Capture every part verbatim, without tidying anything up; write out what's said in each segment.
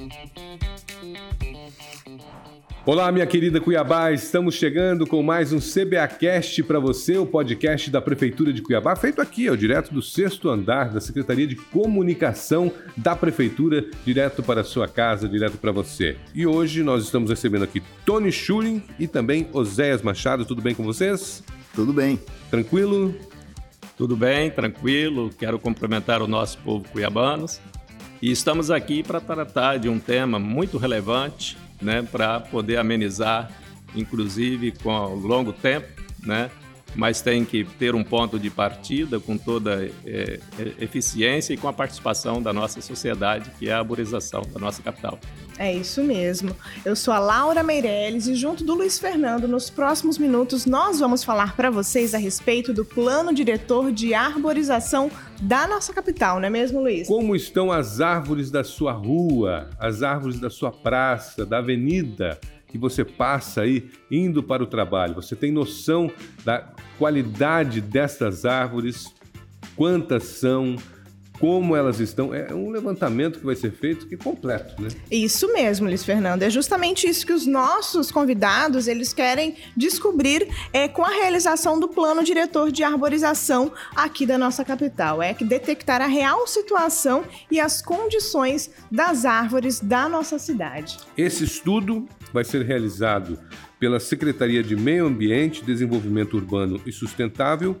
Olá, minha querida Cuiabá, estamos chegando com mais um C B A Cast para você, o podcast da Prefeitura de Cuiabá, feito aqui, ó, direto do sexto andar da Secretaria de Comunicação da Prefeitura, direto para a sua casa, direto para você. E hoje nós estamos recebendo aqui Tony Schuring e também Oséias Machado. Tudo bem com vocês? Tudo bem. Tranquilo? Tudo bem, tranquilo. Quero cumprimentar o nosso povo cuiabanos. E estamos aqui para tratar de um tema muito relevante, né, para poder amenizar, inclusive com longo tempo, né, mas tem que ter um ponto de partida com toda é, eficiência e com a participação da nossa sociedade, que é a arborização da nossa capital. É isso mesmo. Eu sou a Laura Meirelles e junto do Luiz Fernando, nos próximos minutos, nós vamos falar para vocês a respeito do Plano Diretor de Arborização da nossa capital, não é mesmo, Luiz? Como estão as árvores da sua rua, as árvores da sua praça, da avenida que você passa aí indo para o trabalho? Você tem noção da qualidade destas árvores? Quantas são? Como elas estão? É um levantamento que vai ser feito que é completo, né? Isso mesmo, Luiz Fernando. É justamente isso que os nossos convidados, eles querem descobrir é, com a realização do Plano Diretor de Arborização aqui da nossa capital. É que detectar a real situação e as condições das árvores da nossa cidade. Esse estudo vai ser realizado pela Secretaria de Meio Ambiente, Desenvolvimento Urbano e Sustentável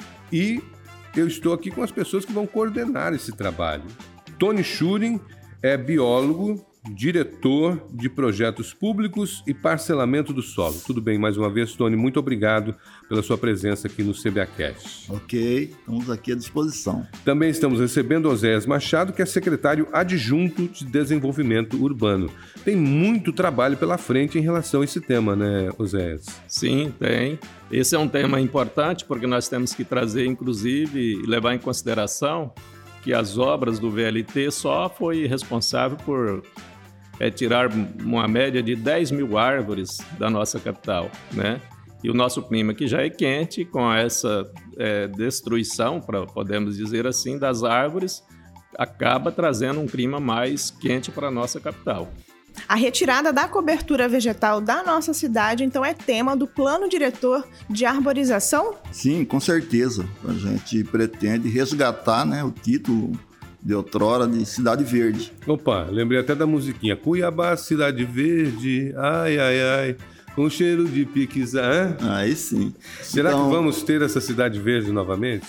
e eu estou aqui com as pessoas que vão coordenar esse trabalho. Tony Schuring é biólogo, diretor de projetos públicos e parcelamento do solo. Tudo bem, mais uma vez, Tony, muito obrigado pela sua presença aqui no C B A Cast. Ok, estamos aqui à disposição. Também estamos recebendo Oséias Machado, que é secretário adjunto de Desenvolvimento Urbano. Tem muito trabalho pela frente em relação a esse tema, né, Oséias? Sim, tem. Esse é um tema importante porque nós temos que trazer, inclusive, e levar em consideração que as obras do V L T só foi responsável por é, tirar uma média de dez mil árvores da nossa capital, né? E o nosso clima que já é quente, com essa é, destruição, pra, podemos dizer assim, das árvores, acaba trazendo um clima mais quente para a nossa capital. A retirada da cobertura vegetal da nossa cidade, então, é tema do Plano Diretor de Arborização? Sim, com certeza. A gente pretende resgatar, né, o título de outrora de Cidade Verde. Opa, lembrei até da musiquinha. Cuiabá, Cidade Verde, ai, ai, ai, com cheiro de piquizá. Aí sim. Será então, que vamos ter essa Cidade Verde novamente?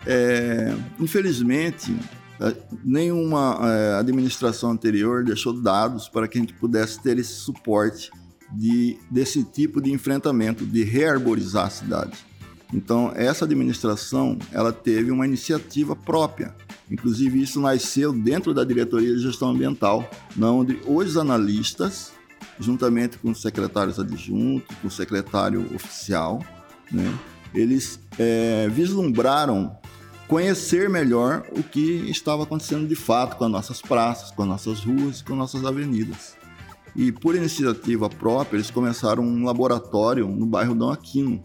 É, infelizmente, nenhuma é, administração anterior deixou dados para que a gente pudesse ter esse suporte de, desse tipo de enfrentamento, de rearborizar a cidade. Então, essa administração, ela teve uma iniciativa própria. Inclusive, isso nasceu dentro da Diretoria de Gestão Ambiental, onde os analistas, juntamente com os secretários adjuntos, com o secretário oficial, né, eles é, vislumbraram conhecer melhor o que estava acontecendo de fato com as nossas praças, com as nossas ruas, com as nossas avenidas. E por iniciativa própria, eles começaram um laboratório no bairro Dom Aquino,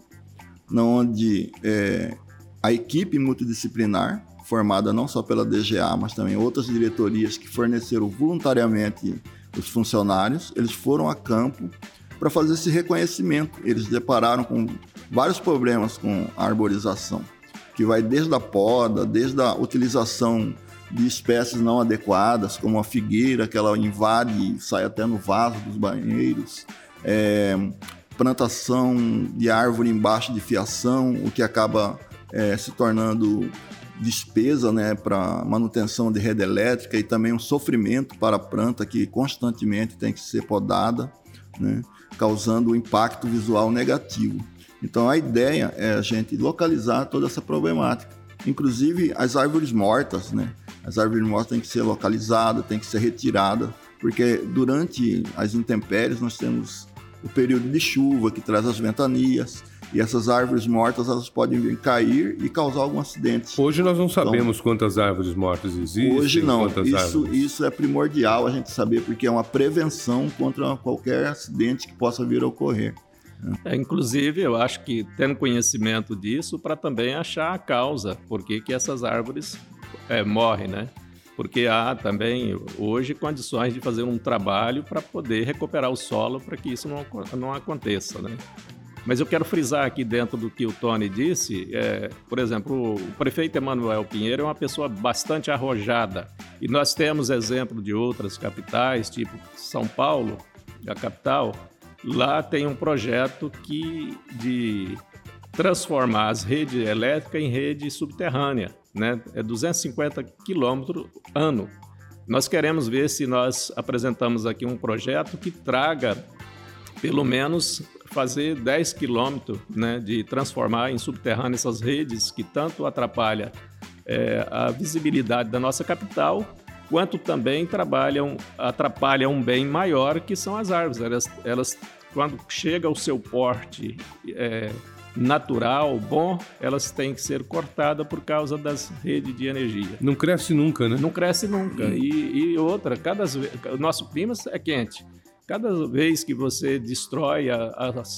onde é, a equipe multidisciplinar, formada não só pela D G A, mas também outras diretorias que forneceram voluntariamente os funcionários, eles foram a campo para fazer esse reconhecimento. Eles depararam com vários problemas com a arborização, que vai desde a poda, desde a utilização de espécies não adequadas, como a figueira, que ela invade e sai até no vaso dos banheiros, é, plantação de árvore embaixo de fiação, o que acaba é, se tornando despesa, né, para manutenção de rede elétrica e também um sofrimento para a planta que constantemente tem que ser podada, né, causando um impacto visual negativo. Então, a ideia é a gente localizar toda essa problemática. Inclusive, as árvores mortas, né? As árvores mortas têm que ser localizadas, têm que ser retiradas, porque durante as intempéries nós temos o período de chuva que traz as ventanias, e essas árvores mortas elas podem vir cair e causar algum acidente. Hoje nós não sabemos então, quantas árvores mortas existem. Hoje não, isso, árvores... isso é primordial a gente saber, porque é uma prevenção contra qualquer acidente que possa vir a ocorrer. É, inclusive, eu acho que tendo conhecimento disso para também achar a causa, por que que essas árvores é, morrem, né? porque há também hoje condições de fazer um trabalho para poder recuperar o solo para que isso não, não aconteça, né? Mas eu quero frisar aqui dentro do que o Tony disse, é, por exemplo, o prefeito Emanuel Pinheiro é uma pessoa bastante arrojada e nós temos exemplo de outras capitais, tipo São Paulo, a capital, lá tem um projeto que, de transformar as redes elétricas em rede subterrânea, né? É duzentos e cinquenta quilômetros ano. Nós queremos ver se nós apresentamos aqui um projeto que traga, pelo menos, fazer dez quilômetros, né, de transformar em subterrâneo essas redes que tanto atrapalham é, a visibilidade da nossa capital, quanto também trabalham, atrapalham um bem maior, que são as árvores. Elas, elas quando chega ao seu porte é, natural, bom, elas têm que ser cortadas por causa das redes de energia. Não cresce nunca, né? Não cresce nunca. E, e outra, cada vez, o nosso clima é quente. Cada vez que você destrói a,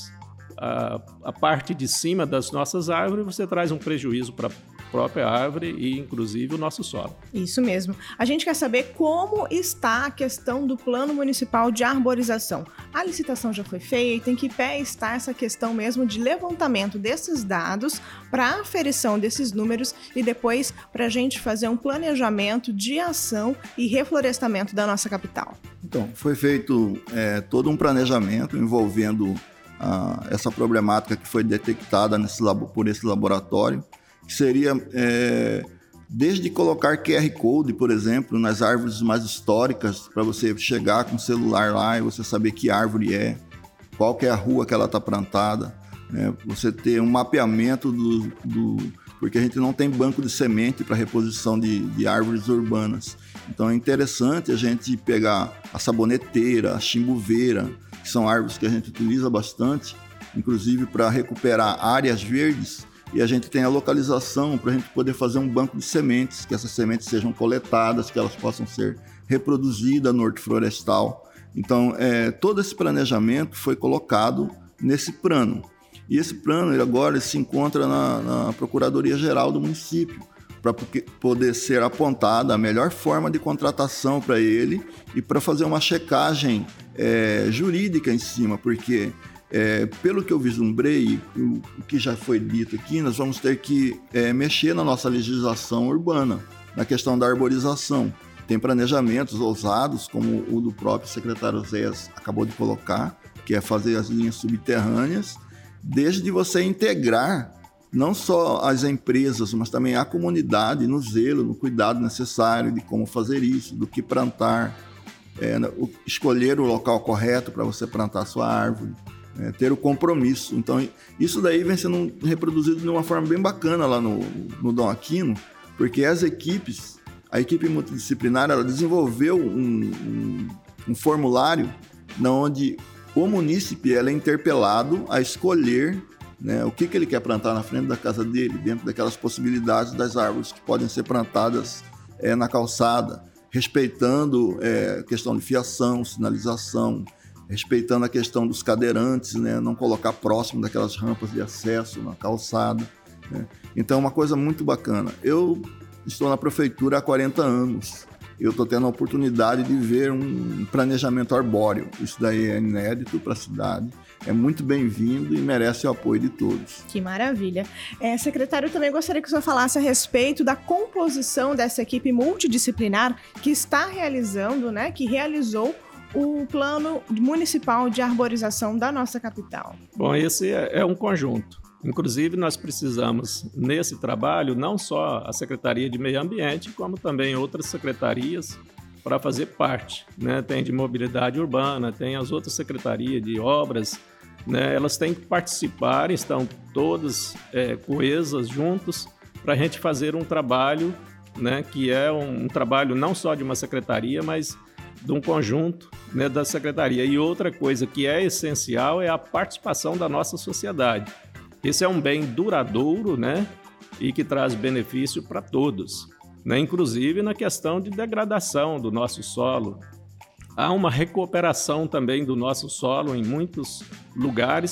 a, a, a parte de cima das nossas árvores, você traz um prejuízo para a própria árvore e, inclusive, o nosso solo. Isso mesmo. A gente quer saber como está a questão do Plano Municipal de Arborização. A licitação já foi feita? Em que pé está essa questão mesmo de levantamento desses dados para aferição desses números e depois para a gente fazer um planejamento de ação e reflorestamento da nossa capital? Então, foi feito é, todo um planejamento envolvendo ah, essa problemática que foi detectada nesse labo, por esse laboratório, que seria é, desde colocar Q R Code, por exemplo, nas árvores mais históricas, para você chegar com o celular lá e você saber que árvore é, qual que é a rua que ela está plantada, né? Você ter um mapeamento do, do... porque a gente não tem banco de semente para reposição de, de árvores urbanas. Então é interessante a gente pegar a saboneteira, a chimboveira, que são árvores que a gente utiliza bastante, inclusive para recuperar áreas verdes, e a gente tem a localização para a gente poder fazer um banco de sementes, que essas sementes sejam coletadas, que elas possam ser reproduzidas no hortiflorestal. Então, é, todo esse planejamento foi colocado nesse plano. E esse plano, ele agora ele se encontra na, na Procuradoria-Geral do município, para poder ser apontada a melhor forma de contratação para ele e para fazer uma checagem é, jurídica em cima, porque... É, pelo que eu vislumbrei, o, o que já foi dito aqui, nós vamos ter que é, mexer na nossa legislação urbana, na questão da arborização. Tem planejamentos ousados, como o do próprio secretário Zéas acabou de colocar, que é fazer as linhas subterrâneas, desde você integrar não só as empresas, mas também a comunidade no zelo, no cuidado necessário de como fazer isso, do que plantar, é, escolher o local correto para você plantar a sua árvore. É, ter o compromisso. Então, isso daí vem sendo reproduzido de uma forma bem bacana lá no, no Dom Aquino, porque as equipes, a equipe multidisciplinar, ela desenvolveu um, um, um formulário onde o munícipe ela é interpelado a escolher, né, o que, que ele quer plantar na frente da casa dele, dentro daquelas possibilidades das árvores que podem ser plantadas é, na calçada, respeitando é, a questão de fiação, sinalização, respeitando a questão dos cadeirantes, né? Não colocar próximo daquelas rampas de acesso na calçada, né? Então é uma coisa muito bacana. Eu estou na prefeitura há quarenta anos. Eu estou tendo a oportunidade de ver um planejamento arbóreo. Isso daí é inédito para a cidade. É muito bem-vindo e merece o apoio de todos. Que maravilha. É, secretário, também gostaria que o senhor falasse a respeito da composição dessa equipe multidisciplinar que está realizando, né, que realizou o Plano Municipal de Arborização da nossa capital. Bom, esse é um conjunto. Inclusive, nós precisamos, nesse trabalho, não só a Secretaria de Meio Ambiente, como também outras secretarias para fazer parte, né? Tem de mobilidade urbana, tem as outras secretarias de obras, né? Elas têm que participar, estão todas é, coesas, juntos, para a gente fazer um trabalho, né? Que é um, um trabalho não só de uma secretaria, mas de um conjunto, né, da secretaria. E outra coisa que é essencial é a participação da nossa sociedade. Esse é um bem duradouro, né, e que traz benefício para todos, né, inclusive na questão de degradação do nosso solo. Há uma recuperação também do nosso solo em muitos lugares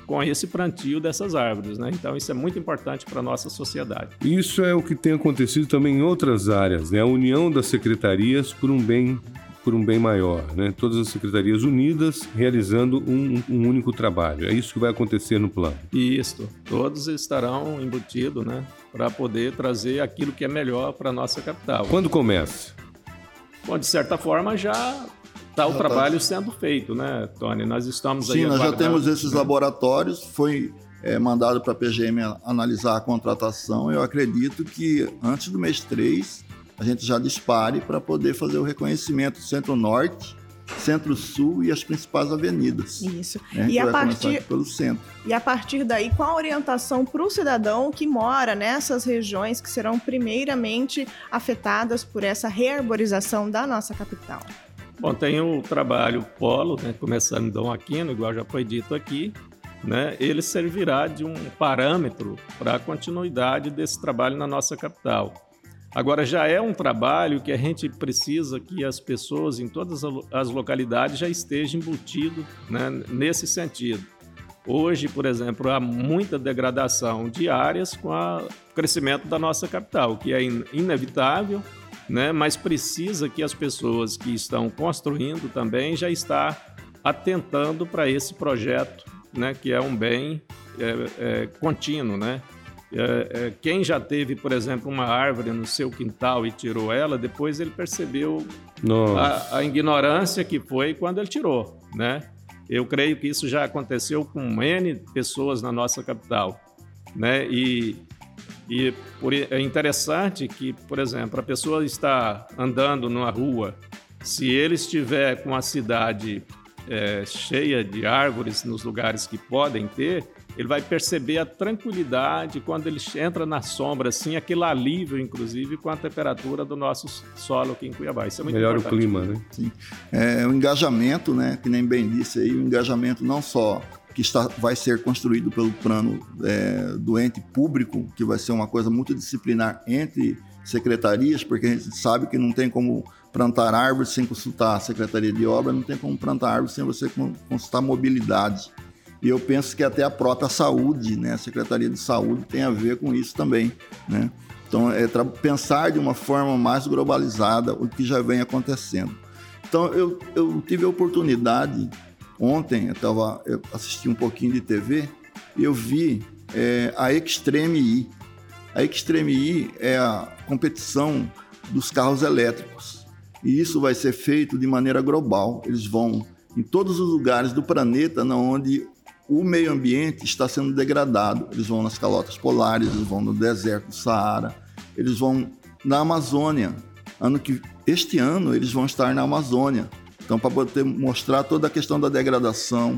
com esse plantio dessas árvores, né? Então isso é muito importante para a nossa sociedade. Isso é o que tem acontecido também em outras áreas, né? A união das secretarias por um bem, por um bem maior, né? Todas as secretarias unidas realizando um, um único trabalho. É isso que vai acontecer no plano. Isso, todos estarão embutidos, né? Para poder trazer aquilo que é melhor para a nossa capital. Quando começa? Bom, de certa forma já está o já trabalho tá... sendo feito, né, Tony? Nós estamos aí Sim, nós aguardando, já temos esses né? laboratórios, foi é, mandado para a P G M analisar a contratação. Eu acredito que antes do mês três a gente já dispare para poder fazer o reconhecimento Centro-Norte, Centro-Sul e as principais avenidas. Isso. Né, e, a vai partir, pelo centro. e a partir daí, qual a orientação para o cidadão que mora nessas regiões que serão primeiramente afetadas por essa rearborização da nossa capital? Bom, tem o trabalho Polo, né, começando em Dom Aquino, igual já foi dito aqui, né, ele servirá de um parâmetro para a continuidade desse trabalho na nossa capital. Agora, já é um trabalho que a gente precisa que as pessoas em todas as localidades já estejam embutidas, né, nesse sentido. Hoje, por exemplo, há muita degradação de áreas com o crescimento da nossa capital, que é inevitável, né, mas precisa que as pessoas que estão construindo também já estão atentando para esse projeto, né, que é um bem é, é, contínuo, né? É, é, quem já teve, por exemplo, uma árvore no seu quintal e tirou ela, depois ele percebeu a, a ignorância que foi quando ele tirou, né? Eu creio que isso já aconteceu com N pessoas na nossa capital, né? E, e por, é interessante que, por exemplo, a pessoa está andando numa rua, se ele estiver com a cidade é, cheia de árvores nos lugares que podem ter, ele vai perceber a tranquilidade quando ele entra na sombra, assim, aquele alívio, inclusive, com a temperatura do nosso solo aqui em Cuiabá. Isso é muito Melhora importante. o clima, né? Sim. É, o engajamento, né, que nem bem disse aí, o engajamento não só que está, vai ser construído pelo plano é, do ente público, que vai ser uma coisa multidisciplinar entre secretarias, porque a gente sabe que não tem como plantar árvores sem consultar a Secretaria de Obra, não tem como plantar árvores sem você consultar mobilidade. E eu penso que até a própria saúde, né, a Secretaria de Saúde tem a ver com isso também, né? Então, é pensar de uma forma mais globalizada o que já vem acontecendo. Então, eu, eu tive a oportunidade, ontem, eu, tava, eu assisti um pouquinho de T V, e eu vi é, a Extreme E. A Extreme E é a competição dos carros elétricos. E isso vai ser feito de maneira global. Eles vão em todos os lugares do planeta onde o meio ambiente está sendo degradado. Eles vão nas calotas polares, eles vão no deserto do Saara, eles vão na Amazônia. Ano que, este ano eles vão estar na Amazônia. Então, para poder mostrar toda a questão da degradação,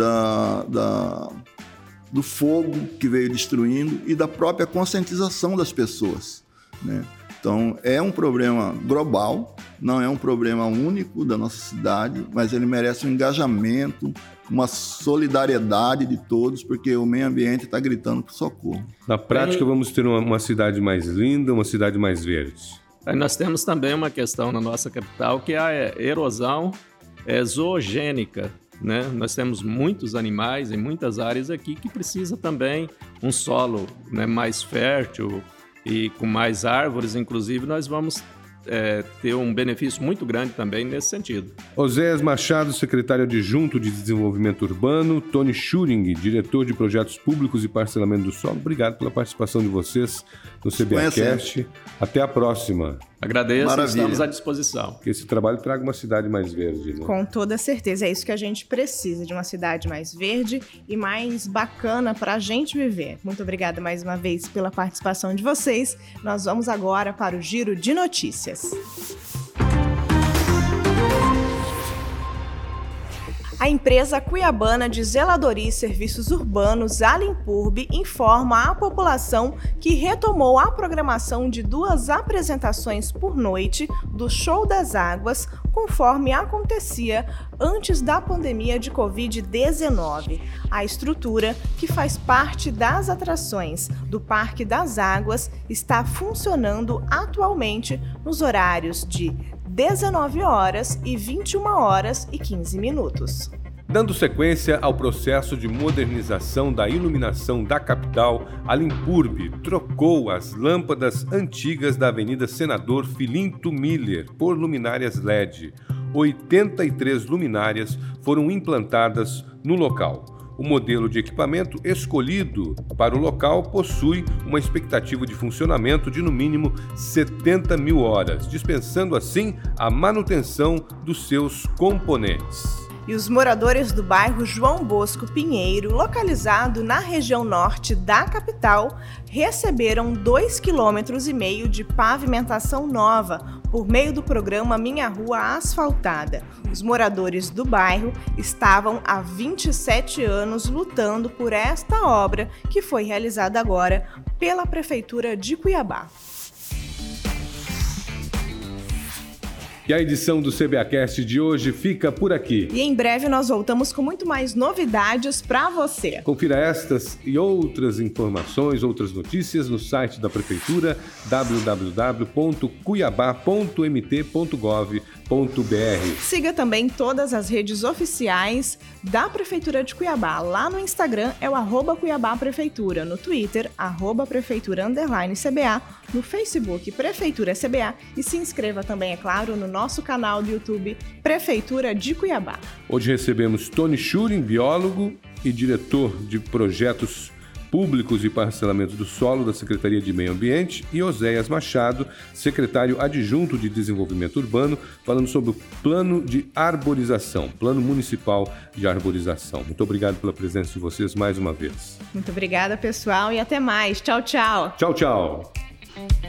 da, da, do fogo que veio destruindo e da própria conscientização das pessoas, né? Então, é um problema global, não é um problema único da nossa cidade, mas ele merece um engajamento, uma solidariedade de todos, porque o meio ambiente está gritando por socorro. Na prática, vamos ter uma, uma cidade mais linda, uma cidade mais verde. Aí nós temos também uma questão na nossa capital, que é a erosão é, zoogênica, né? Nós temos muitos animais em muitas áreas aqui que precisa também um solo, né, mais fértil, e com mais árvores, inclusive, nós vamos é, ter um benefício muito grande também nesse sentido. Oséias Machado, secretário adjunto de Desenvolvimento Urbano, Tony Schuring, diretor de Projetos Públicos e Parcelamento do Solo, obrigado pela participação de vocês no C B A Cast. Até a próxima. Agradeço, Maravilha. Estamos à disposição. Que esse trabalho traga uma cidade mais verde, né? Com toda certeza, é isso que a gente precisa, de uma cidade mais verde e mais bacana para a gente viver. Muito obrigada mais uma vez pela participação de vocês. Nós vamos agora para o Giro de Notícias. A empresa cuiabana de zeladoria e serviços urbanos, a Limpurb, informa à população que retomou a programação de duas apresentações por noite do Show das Águas, conforme acontecia antes da pandemia de covid dezenove. A estrutura, que faz parte das atrações do Parque das Águas, está funcionando atualmente nos horários de dezenove horas e vinte e uma horas e quinze minutos. Dando sequência ao processo de modernização da iluminação da capital, a Limpurb trocou as lâmpadas antigas da Avenida Senador Filinto Miller por luminárias L E D. oitenta e três luminárias foram implantadas no local. O modelo de equipamento escolhido para o local possui uma expectativa de funcionamento de no mínimo setenta mil horas, dispensando assim a manutenção dos seus componentes. E os moradores do bairro João Bosco Pinheiro, localizado na região norte da capital, receberam dois vírgula cinco quilômetros de pavimentação nova por meio do programa Minha Rua Asfaltada. Os moradores do bairro estavam há vinte e sete anos lutando por esta obra, que foi realizada agora pela Prefeitura de Cuiabá. E a edição do CBAcast de hoje fica por aqui. E em breve nós voltamos com muito mais novidades para você. Confira estas e outras informações, outras notícias no site da Prefeitura, w w w ponto cuiabá ponto m t ponto gov ponto b r. Siga também todas as redes oficiais da Prefeitura de Cuiabá. Lá no Instagram é o arroba Cuiabá Prefeitura, no Twitter, arroba Prefeitura underline C B A, no Facebook Prefeitura C B A e se inscreva também, é claro, no nosso canal do YouTube Prefeitura de Cuiabá. Hoje recebemos Tony Schuring, biólogo e diretor de projetos públicos e parcelamento do solo da Secretaria de Meio Ambiente, e Oséias Machado, secretário adjunto de Desenvolvimento Urbano, falando sobre o plano de arborização, plano municipal de arborização. Muito obrigado pela presença de vocês mais uma vez. Muito obrigada, pessoal, e até mais. Tchau, tchau. Tchau, tchau.